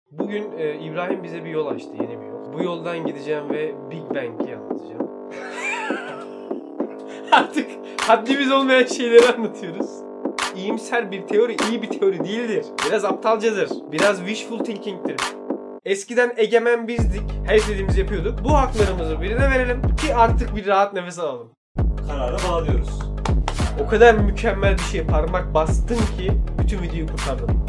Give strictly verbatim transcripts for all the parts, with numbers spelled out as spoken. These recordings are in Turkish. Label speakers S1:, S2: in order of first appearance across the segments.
S1: Bugün e, İbrahim bize bir yol açtı, yeni bir yol. Bu yoldan gideceğim ve Big Bang'i anlatacağım. Artık haddimiz olmayan şeyleri anlatıyoruz. İyimser bir teori iyi bir teori değildir. Biraz aptalcadır. Biraz wishful thinking'tir. Eskiden egemen bizdik. Her istediğimizi yapıyorduk. Bu haklarımızı birine verelim ki artık bir rahat nefes alalım.
S2: Karara bağlıyoruz.
S1: O kadar mükemmel bir şeye parmak bastın ki bütün videoyu kurtardım.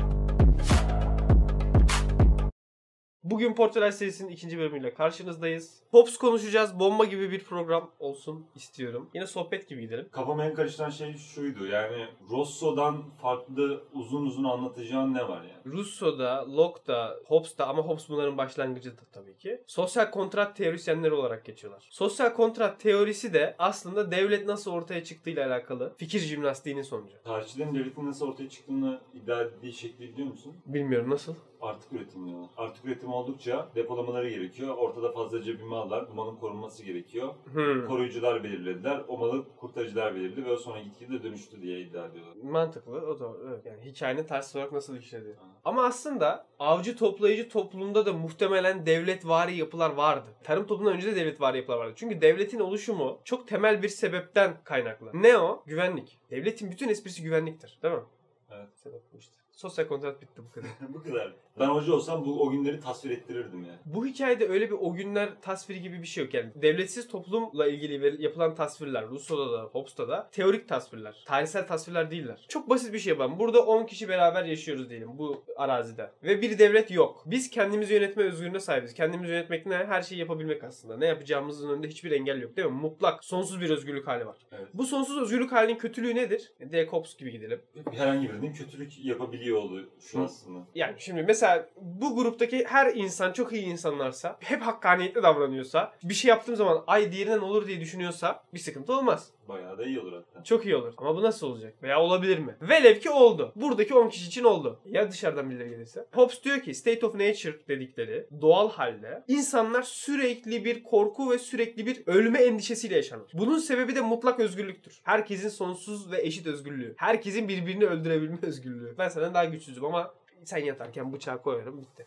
S1: Bugün Portrait serisinin ikinci bölümüyle karşınızdayız. Hobbes konuşacağız. Bomba gibi bir program olsun istiyorum. Yine sohbet gibi gidelim.
S2: Kafama en karıştıran şey şuydu, yani Rosso'dan farklı uzun uzun anlatacağın ne var yani?
S1: Rousseau'da, Locke'da, Hobbes'da ama Hobbes bunların başlangıcıdır tabii ki. Sosyal kontrat teorisyenleri olarak geçiyorlar. Sosyal kontrat teorisi de aslında devlet nasıl ortaya çıktığıyla alakalı fikir jimnastiğinin sonucu.
S2: Tarihçilerin devletin nasıl ortaya çıktığını iddia ettiği şekli biliyor musun?
S1: Bilmiyorum nasıl?
S2: Artık üretim diyorlar. Artık üretim oldukça depolamaları gerekiyor. Ortada fazlaca bir mal var. Bu malın korunması gerekiyor.
S1: Hmm.
S2: Koruyucular belirlediler. O malı kurtarıcılar belirledi ve o sonra gitgide dönüştü diye iddia ediyorlar.
S1: Mantıklı. O da evet. Yani hikayenin ters olarak nasıl işledi. Ha. Ama aslında avcı toplayıcı toplumda da muhtemelen devletvari yapılar vardı. Tarım toplumundan önce de devletvari yapılar vardı. Çünkü devletin oluşumu çok temel bir sebepten kaynaklı. Ne o? Güvenlik. Devletin bütün esprisi güvenliktir. Değil mi?
S2: Evet.
S1: Sebep bu işte. Sosyal kontrat bitti bu kadar.
S2: Bu kadar. Ben hoca olsam bu o günleri tasvir ettirirdim yani.
S1: Bu hikayede öyle bir o günler tasviri gibi bir şey yok yani. Devletsiz toplumla ilgili yapılan tasvirler, Rousseau'da da, Hobbes'ta da teorik tasvirler. Tarihsel tasvirler değiller. Çok basit bir şey yapalım. Burada on kişi beraber yaşıyoruz diyelim bu arazide. Ve bir devlet yok. Biz kendimizi yönetme özgürlüğüne sahibiz. Kendimizi yönetmek ne? Her şeyi yapabilmek aslında. Ne yapacağımızın önünde hiçbir engel yok değil mi? Mutlak, sonsuz bir özgürlük hali var.
S2: Evet. Bu
S1: Bu sonsuz özgürlük halinin kötülüğü nedir? Direkt Hobbes gibi gidelim.
S2: herhangi birinin kötülük yapabiliyor olduğu şu aslında.
S1: Yani şimdi mesela bu gruptaki her insan çok iyi insanlarsa, hep hakkaniyetli davranıyorsa, bir şey yaptığım zaman ay diğerinden olur diye düşünüyorsa bir sıkıntı olmaz.
S2: Bayağı da iyi olur hatta.
S1: Çok iyi olur. Ama bu nasıl olacak? Veya olabilir mi? Velev ki oldu. Buradaki on kişi için oldu. Ya dışarıdan birileri gelirse? Hobbes diyor ki state of nature dedikleri doğal halde insanlar sürekli bir korku ve sürekli bir ölme endişesiyle yaşarlar. Bunun sebebi de mutlak özgürlüktür. Herkesin sonsuz ve eşit özgürlüğü. Herkesin birbirini öldürebilme özgürlüğü. Ben senden daha güçsüzüm ama sen yatarken bıçağı koyarım bitti.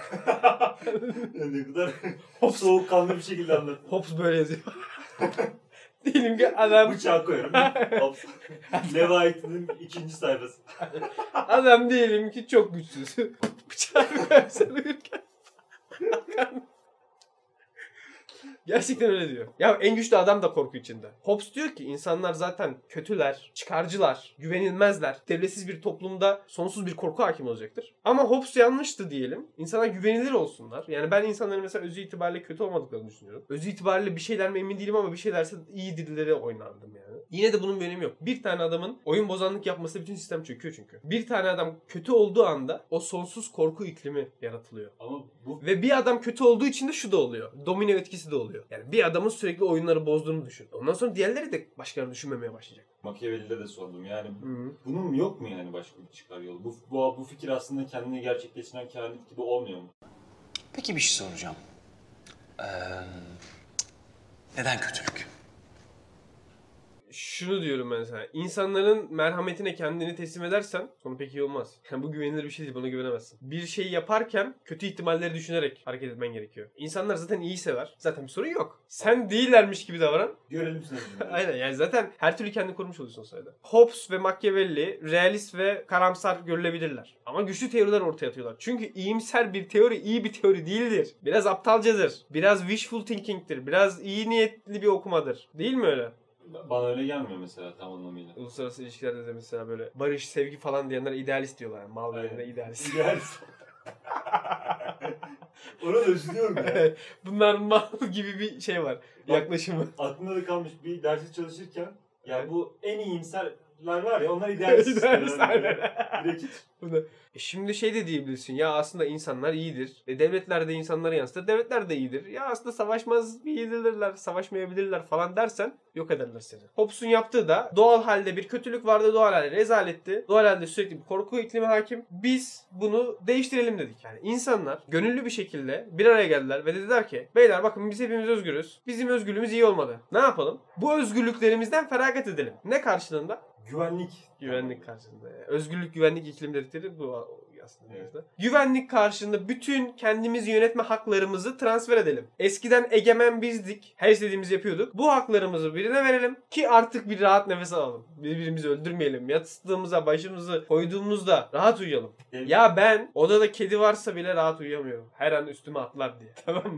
S2: Ne kadar soğukkanlı bir şekilde anlat.
S1: Hobbes böyle yazıyor. Diyelim ki adam...
S2: Bıçağı koyarım. Leviathan'ın ikinci sayfası.
S1: Adam diyelim ki çok güçsüz. Bıçağı koyarsan uyurken. Gerçekten öyle diyor. Ya en güçlü adam da korku içinde. Hobbes diyor ki insanlar zaten kötüler, çıkarcılar, güvenilmezler. Devletsiz bir toplumda sonsuz bir korku hakim olacaktır. Ama Hobbes yanlıştı diyelim. İnsanlar güvenilir olsunlar. Yani ben insanların mesela özü itibariyle kötü olmadıklarını düşünüyorum. Özü itibariyle bir şeyler mi emin değilim ama bir şeylerse iyi dilleri oynardım yani. Yine de bunun bir önemi yok. Bir tane adamın oyun bozanlık yapması bütün sistem çöküyor çünkü. Bir tane adam kötü olduğu anda o sonsuz korku iklimi yaratılıyor.
S2: Ama bu...
S1: Ve bir adam kötü olduğu için de şu da oluyor. Domino etkisi de oluyor. Yani bir adamın sürekli oyunları bozduğunu düşün. Ondan sonra diğerleri de başkalarını düşünmemeye başlayacak.
S2: Machiavelli'de de sordum yani.
S1: Hı-hı.
S2: Bunun yok mu yani başka bir çıkar yolu? Bu, bu, bu fikir aslında kendini gerçekleştiren kehanet gibi olmuyor mu?
S3: Peki bir şey soracağım. Ee, neden kötülük?
S1: Şunu diyorum ben sana. İnsanların merhametine kendini teslim edersen sonu pek iyi olmaz. Yani bu güvenilir bir şey değil. Buna güvenemezsin. Bir şeyi yaparken kötü ihtimalleri düşünerek hareket etmen gerekiyor. İnsanlar zaten iyi sever. Zaten bir sorun yok. Sen değillermiş gibi davran.
S2: Görelim seni.
S1: Aynen yani zaten her türlü kendini korumuş oluyorsun o sayede. Hobbes ve Machiavelli realist ve karamsar görülebilirler. Ama güçlü teoriler ortaya atıyorlar. Çünkü iyimser bir teori iyi bir teori değildir. Biraz aptalcadır. Biraz wishful thinking'tir. Biraz iyi niyetli bir okumadır. Değil mi öyle?
S2: Bana öyle gelmiyor mesela tam anlamıyla.
S1: Uluslararası ilişkilerde de mesela böyle barış, sevgi falan diyenler idealist diyorlar. Yani mal yerine idealist.
S2: İdealist. Ona da üzülüyorum ya.
S1: Bunlar mal gibi bir şey var. Yaklaşımı.
S2: Aklımda da kalmış bir dersi çalışırken yani bu en iyimserler var ya onlar idealist.
S1: İdealist, aynen.
S2: Direkt hiç.
S1: E şimdi şey de diyebilirsin ya aslında insanlar iyidir. E devletler de insanları yansıtır. Devletler de iyidir. Ya aslında savaşmaz iyidirler, savaşmayabilirler falan dersen yok ederler seni. Hobbes'un yaptığı da doğal halde bir kötülük vardı, doğal halde rezaletti. Doğal halde sürekli bir korku iklimi hakim. Biz bunu değiştirelim dedik. Yani insanlar gönüllü bir şekilde bir araya geldiler ve dediler ki beyler bakın biz hepimiz özgürüz. Bizim özgürlüğümüz iyi olmadı. Ne yapalım? Bu özgürlüklerimizden feragat edelim. Ne karşılığında?
S2: Güvenlik.
S1: Güvenlik karşısında. Özgürlük, güvenlik iklim dedikleri bu aslında. Evet. Güvenlik karşılığında bütün kendimizi yönetme haklarımızı transfer edelim. Eskiden egemen bizdik. Her istediğimizi yapıyorduk. Bu haklarımızı birine verelim ki artık bir rahat nefes alalım. Birbirimizi öldürmeyelim. Yattığımıza başımızı koyduğumuzda rahat uyuyalım. Evet. Ya ben odada kedi varsa bile rahat uyuyamıyorum. Her an üstüme atlar diye. Tamam mı?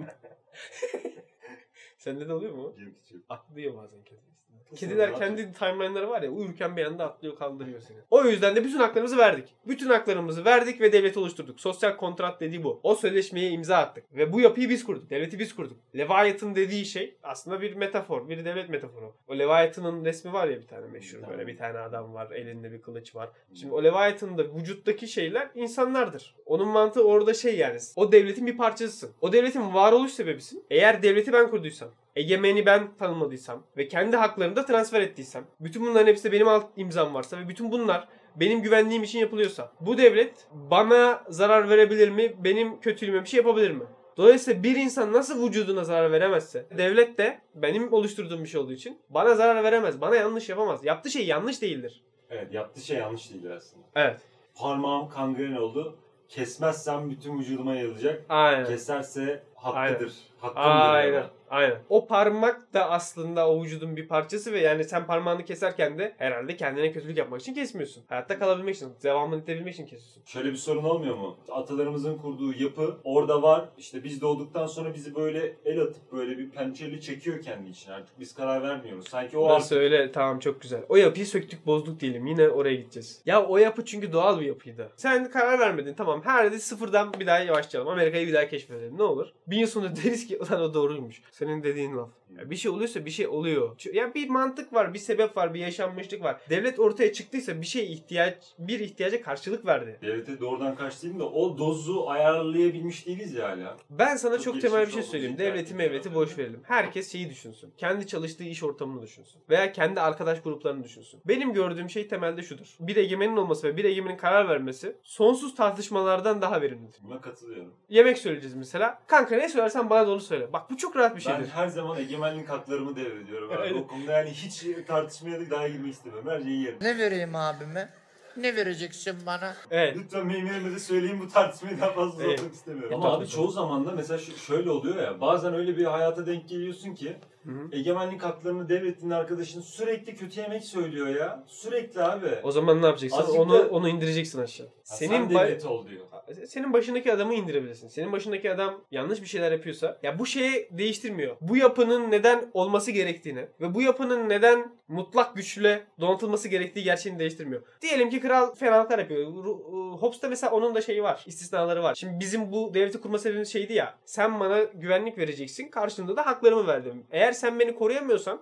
S1: Sende de oluyor mu?
S2: Yok hiç yok.
S1: Atlıyor bazen kedi. Kediler kendi timeline'ları var ya, uyurken bir anda atlıyor, kaldırıyor seni. O yüzden de bütün haklarımızı verdik. Bütün haklarımızı verdik ve devleti oluşturduk. Sosyal kontrat dediği bu. O sözleşmeye imza attık. Ve bu yapıyı biz kurduk. Devleti biz kurduk. Leviathan dediği şey aslında bir metafor. Bir devlet metaforu. O Leviathan'ın resmi var ya bir tane meşhur. Böyle bir tane adam var. Elinde bir kılıç var. Şimdi o Leviathan'da vücuttaki şeyler insanlardır. Onun mantığı orada şey yani. O devletin bir parçasısın. O devletin varoluş sebebisin. Eğer devleti ben kurduysam, egemeni ben tanımladıysam ve kendi haklarımı da transfer ettiysem, bütün bunların hepsi de benim alt imzam varsa ve bütün bunlar benim güvenliğim için yapılıyorsa, bu devlet bana zarar verebilir mi? Benim kötülüğüme bir şey yapabilir mi? Dolayısıyla bir insan nasıl vücuduna zarar veremezse, devlet de benim oluşturduğum bir şey olduğu için bana zarar veremez, bana yanlış yapamaz. Yaptığı şey yanlış değildir.
S2: Evet, yaptığı şey yanlış değildir aslında.
S1: Evet.
S2: Parmağım kangren oldu. Kesmezsem bütün vücuduma yayılacak.
S1: Aynen.
S2: Keserse hakkıdır. Hakkımdır.
S1: Aynen.
S2: Yani.
S1: Aynen. O parmak da aslında o vücudun bir parçası ve yani sen parmağını keserken de herhalde kendine kötülük yapmak için kesmiyorsun. Hayatta kalabilmek için, devamını edebilmek için kesiyorsun.
S2: Şöyle bir sorun olmuyor mu? Atalarımızın kurduğu yapı orada var. İşte biz doğduktan sonra bizi böyle el atıp böyle bir pençeli çekiyor kendi için. Artık biz karar vermiyoruz. Sanki o
S1: Nasıl
S2: artık...
S1: öyle? Tamam, çok güzel. O yapıyı söktük bozduk diyelim. Yine oraya gideceğiz. Ya o yapı çünkü doğal bir yapıydı. Sen karar vermedin. Tamam, her yerde sıfırdan bir daha başlayalım. Amerika'yı bir daha keşfedelim. Ne olur? Bir yıl sonra deriz ki ulan o doğruymuş. Senin dediğin laf. Ya bir şey oluyorsa bir şey oluyor. Ya bir mantık var, bir sebep var, bir yaşanmışlık var. Devlet ortaya çıktıysa bir şey ihtiyaç, bir ihtiyaca karşılık verdi.
S2: Devlete doğrudan karşı değilim de o dozu ayarlayabilmiş değiliz ya hala.
S1: Ben sana çok, çok temel bir şey
S2: oldu,
S1: söyleyeyim. Devleti mevleti boş verelim. Herkes şeyi düşünsün. Kendi çalıştığı iş ortamını düşünsün. Veya kendi arkadaş gruplarını düşünsün. Benim gördüğüm şey temelde şudur. Bir egemenin olması ve bir egemenin karar vermesi sonsuz tartışmalardan daha verimlidir.
S2: Buna katılıyorum.
S1: Yemek söyleyeceğiz mesela. Kanka ne söylersen bana da onu söyle. Bak bu çok rahat bir şeydir.
S2: Ben her zaman egemenlik haklarımı devrediyorum abi. O konuda yani hiç tartışmaya da daha girmek istemem. Her şeyi yerim.
S4: Ne vereyim abime? Ne vereceksin bana?
S1: Evet.
S2: Lütfen benim yerime de söyleyin, bu tartışmayı daha fazla uzatmak
S1: Evet.
S2: istemiyorum.
S1: E,
S2: Ama
S1: tamam,
S2: abi
S1: tamam.
S2: çoğu zaman da mesela şu- şöyle oluyor ya. Bazen öyle bir hayata denk geliyorsun ki
S1: Hı hı.
S2: egemenlik haklarını devrettiğin arkadaşın sürekli kötü yemek söylüyor ya. Sürekli abi.
S1: O zaman ne yapacaksın?
S2: Azıcık
S1: onu
S2: da-
S1: onu indireceksin aşağı.
S2: Ha,
S1: Senin
S2: sen
S1: ba-
S2: devlet ol diyor.
S1: Senin başındaki adamı indirebilirsin. Senin başındaki adam yanlış bir şeyler yapıyorsa ya bu şeyi değiştirmiyor. Bu yapının neden olması gerektiğini ve bu yapının neden mutlak güçle donatılması gerektiği gerçeğini değiştirmiyor. Diyelim ki kral fenalıklar yapıyor. Ru- Hobbes'ta mesela onun da şeyi var. İstisnaları var. Şimdi bizim bu devleti kurma sebebimiz şeydi ya. Sen bana güvenlik vereceksin. Karşılığında da haklarımı verdim. Eğer sen beni koruyamıyorsan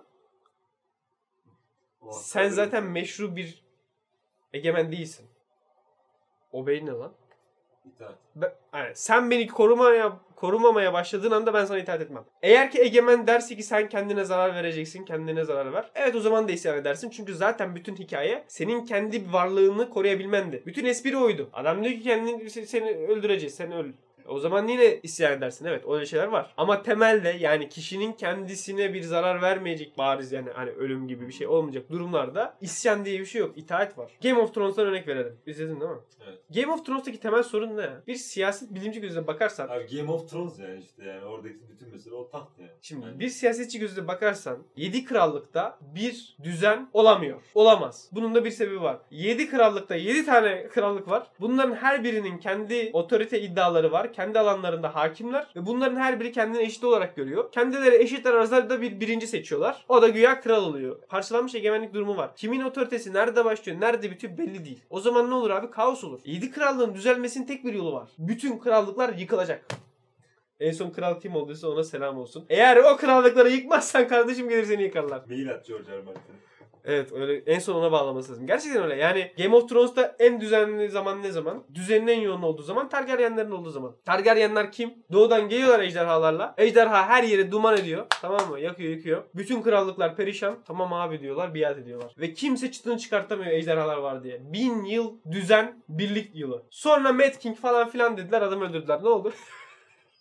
S2: O
S1: sen
S2: hakları-
S1: zaten meşru bir egemen değilsin. O bey ne lan?
S2: İtaat.
S1: Ben, yani sen beni korumaya korumamaya başladığın anda ben sana itaat etmem. Eğer ki egemen derse ki sen kendine zarar vereceksin, kendine zarar ver. Evet, o zaman da isyan edersin. Çünkü zaten bütün hikaye senin kendi varlığını koruyabilmendi. Bütün espri oydu. Adam diyor ki kendini seni öldüreceğiz, sen öl. O zaman yine isyan edersin. Evet, öyle şeyler var. Ama temelde yani kişinin kendisine bir zarar vermeyecek bariz yani hani ölüm gibi bir şey olmayacak durumlarda isyan diye bir şey yok. İtaat var. Game of Thrones'tan örnek verelim. İzledin değil mi?
S2: Evet.
S1: Game of Thrones'taki temel sorun ne? Bir siyaset bilimci gözüne bakarsan
S2: Abi Game of Thrones yani işte yani oradaki bütün mesele o taht yani.
S1: şimdi
S2: Yani
S1: bir siyasetçi gözüne bakarsan yedi krallıkta bir düzen olamıyor. Olamaz. Bunun da bir sebebi var. yedi krallıkta yedi tane krallık var. Bunların her birinin kendi otorite iddiaları var. Kendi alanlarında hakimler ve bunların her biri kendini eşit olarak görüyor. Kendileri eşitler arasında bir birinci seçiyorlar. O da güya kral oluyor. Parçalanmış egemenlik durumu var. Kimin otoritesi nerede başlıyor, nerede bitiyor belli değil. O zaman ne olur abi? Kaos olur. yedi krallığın düzelmesinin tek bir yolu var. Bütün krallıklar yıkılacak. En son kral kim olduysa ona selam olsun. Eğer o krallıkları yıkmazsan kardeşim gelir seni yıkarlar.
S2: mail at George R. Martin'e.
S1: Evet, öyle en son ona bağlaması lazım. Gerçekten öyle. Yani Game of Thrones'ta en düzenli zaman ne zaman? Düzenin en yoğun olduğu zaman Targaryenlerin olduğu zaman. Targaryenler kim? Doğudan geliyorlar ejderhalarla. Ejderha her yeri duman ediyor. Tamam mı? Yakıyor yıkıyor. Bütün krallıklar perişan. Tamam abi diyorlar. Biat ediyorlar. Ve kimse çıtını çıkartamıyor ejderhalar var diye. Bin yıl düzen birlik yılı. Sonra Mad King falan filan dediler. Adamı öldürdüler. Ne oldu?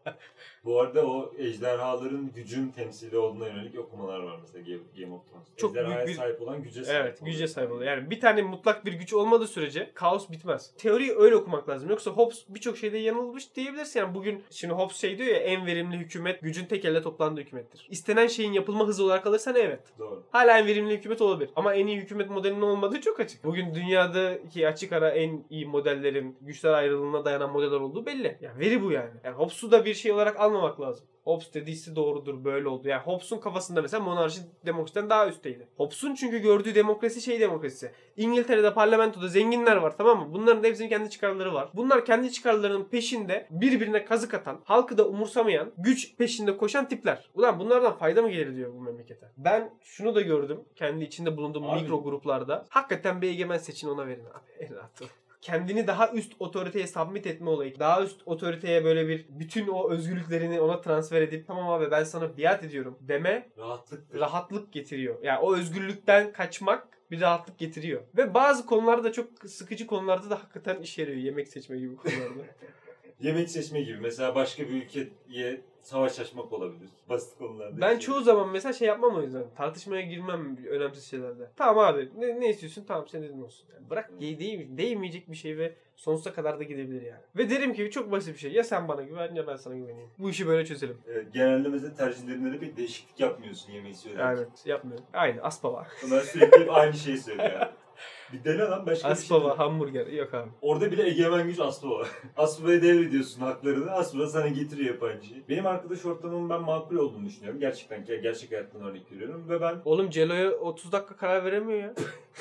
S2: Bu arada o ejderhaların gücün temsili olduğuna yönelik okumalar var mesela Game of Thrones.
S1: Çok
S2: Ejderhaya
S1: büyük bir-
S2: sahip olan güce sahip
S1: Evet,
S2: oluyor.
S1: güce sahip oluyor. Yani bir tane mutlak bir güç olmadığı sürece kaos bitmez. Teoriyi öyle okumak lazım. Yoksa Hobbes birçok şeyde yanılmış diyebilirsin. Yani bugün şimdi Hobbes şey diyor ya, en verimli hükümet gücün tek elle toplandığı hükümettir. İstenen şeyin yapılma hızı olarak alırsan evet.
S2: Doğru.
S1: Hala en verimli hükümet olabilir. Ama en iyi hükümet modelinin olmadığı çok açık. Bugün dünyadaki açık ara en iyi modellerin güçler ayrılığına dayanan modeller olduğu belli. Yani veri bu yani. Yani Hobbes'u da bir şey olarak almamak lazım. Hobbes dediyse doğrudur, böyle oldu. Yani Hobbes'un kafasında mesela monarşi demokrasiden daha üstteydi. Hobbes'un çünkü gördüğü demokrasi şey demokrasisi. İngiltere'de parlamentoda zenginler var, tamam mı? Bunların da hepsinin kendi çıkarları var. Bunlar kendi çıkarlarının peşinde birbirine kazık atan, halkı da umursamayan, güç peşinde koşan tipler. Ulan bunlardan fayda mı gelir diyor bu memlekete. Ben şunu da gördüm kendi içinde bulunduğum
S2: Abi.
S1: mikro gruplarda. Hakikaten bir egemen seçin, ona verin abi. En rahatı. Kendini daha üst otoriteye submit etme olayı. Daha üst otoriteye böyle bir bütün o özgürlüklerini ona transfer edip tamam abi ben sana biat ediyorum deme
S2: Rahatlıktır.
S1: rahatlık getiriyor. Yani o özgürlükten kaçmak bir rahatlık getiriyor. Ve bazı konularda, çok sıkıcı konularda da hakikaten işe yarıyor. Yemek seçme gibi konularda.
S2: Yemek seçme gibi. Mesela başka bir ülkeye savaş açmak olabilir. Basit konularda.
S1: Ben
S2: şey.
S1: çoğu zaman mesela şey yapmam o yüzden. Tartışmaya girmem önemsiz şeylerde. Tamam abi ne, ne istiyorsun? Tamam senin dediğin olsun. Yani bırak değ- değmeyecek bir şey ve sonsuza kadar da gidebilir yani. Ve derim ki çok basit bir şey. Ya sen bana güven ya ben sana güveneyim. Bu işi böyle çözelim.
S2: Evet, genelde mesela tercihlerinde de bir değişiklik yapmıyorsun yemeği söylerken.
S1: Yani yapmıyorum. Aynı Aspava.
S2: Onlar sürekli hep aynı şeyi söylüyor. Bir dene lan, başka bir şey
S1: Aspava
S2: dene.
S1: hamburger. Yok abi.
S2: Orada bile egemen güç Aspava. Aspava'ya devrediyorsun haklarını. Aspava sana getiriyor hep aynı şeyi. Benim arkadaş ortamımın ben makul olduğunu düşünüyorum. Gerçekten gerçek hayattan örnek veriyorum. Ve ben
S1: Oğlum Celo'ya otuz dakika karar veremiyor ya.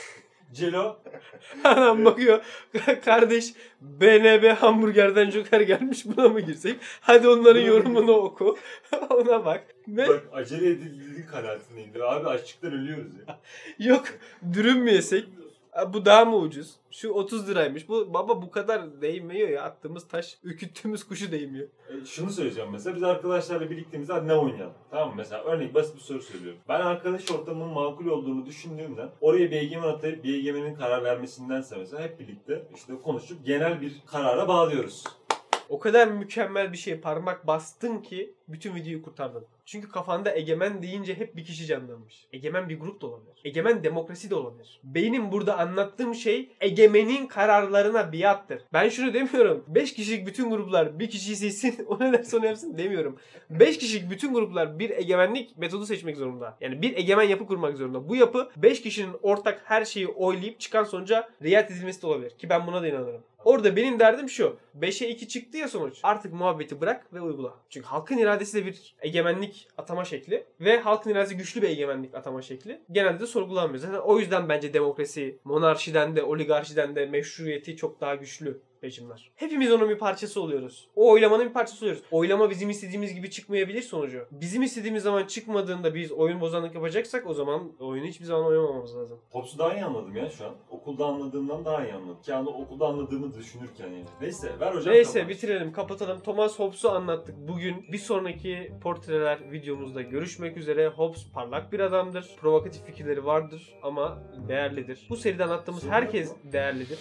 S2: Celo
S1: Adam bakıyor. Kardeş B N B hamburgerden Joker gelmiş, buna mı girsek? Hadi onların yorumunu oku. Ona bak. Ve
S2: bak acele edildiği kanaatindeyim. Ve abi açlıktan ölüyoruz ya.
S1: yok dürüm mü yesek? Bu daha mı ucuz? Şu otuz liraymış. Bu baba bu kadar değmiyor ya. Attığımız taş ürküttüğümüz kuşu değmiyor.
S2: E, şunu söyleyeceğim mesela, biz arkadaşlarla birlikteyiz, hadi ne oynayalım? Tamam mı? Mesela örnek basit bir soru söylüyorum. Ben arkadaş ortamının makul olduğunu düşündüğümden oraya bir egemen atayıp bir egemenin karar vermesindense mesela hep birlikte işte konuşup genel bir karara bağlıyoruz.
S1: O kadar mükemmel bir şeye parmak bastın ki bütün videoyu kurtardın. Çünkü kafanda egemen deyince hep bir kişi canlanmış. Egemen bir grup da olabilir. Egemen demokrasi de olabilir. Benim burada anlattığım şey egemenin kararlarına biattır. Ben şunu demiyorum. beş kişilik bütün gruplar bir kişiyi seçsin, o ne derse onu yapsın demiyorum. beş kişilik bütün gruplar bir egemenlik metodu seçmek zorunda. Yani bir egemen yapı kurmak zorunda. Bu yapı beş kişinin ortak her şeyi oylayıp çıkan sonuca riayet edilmesi de olabilir. Ki ben buna da inanırım. Orada benim derdim şu. beşe iki çıktı ya sonuç. Artık muhabbeti bırak ve uygula. Çünkü halkın iradesi de bir egemenlik atama şekli. Ve halkın iradesi güçlü bir egemenlik atama şekli. Genelde de sorgulanmıyor. Zaten o yüzden bence demokrasi, monarşiden de, oligarşiden de meşruiyeti çok daha güçlü rejimler. Hepimiz onun bir parçası oluyoruz. O oylamanın bir parçası oluyoruz. Oylama bizim istediğimiz gibi çıkmayabilir sonucu. Bizim istediğimiz zaman çıkmadığında biz oyun bozanlık yapacaksak o zaman oyunu hiçbir zaman oynamamamız lazım.
S2: Hobbes'u daha iyi anladım ya şu an. Okulda anladığımdan daha iyi anladım. Ki yani okulda anladığımı düşünürken yani. Neyse ver hocam.
S1: Neyse
S2: kapat.
S1: bitirelim, kapatalım. Thomas Hobbes'u anlattık. Bugün bir sonraki portreler videomuzda görüşmek üzere. Hobbes parlak bir adamdır. Provokatif fikirleri vardır ama değerlidir. Bu seride anlattığımız herkes değerlidir.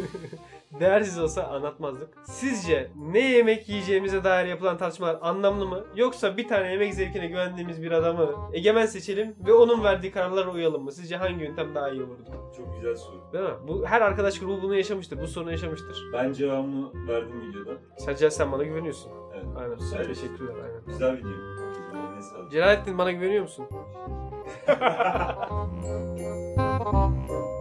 S1: Değersiz olsa anlatmazdık. Sizce ne yemek yiyeceğimize dair yapılan tartışmalar anlamlı mı? Yoksa bir tane yemek zevkine güvendiğimiz bir adamı egemen seçelim ve onun verdiği kararlara uyalım mı? Sizce hangi yöntem daha iyi olurdu?
S2: Çok güzel soru.
S1: Değil mi? Bu, her arkadaş grubu bunu yaşamıştır. Bu sorunu yaşamıştır.
S2: Ben cevabını verdim videoda.
S1: Sadece sen bana güveniyorsun.
S2: Evet.
S1: Aynen.
S2: Evet.
S1: Teşekkürler. Aynen.
S2: Güzel video. Eline sağlık.
S1: Celalettin bana güveniyor musun?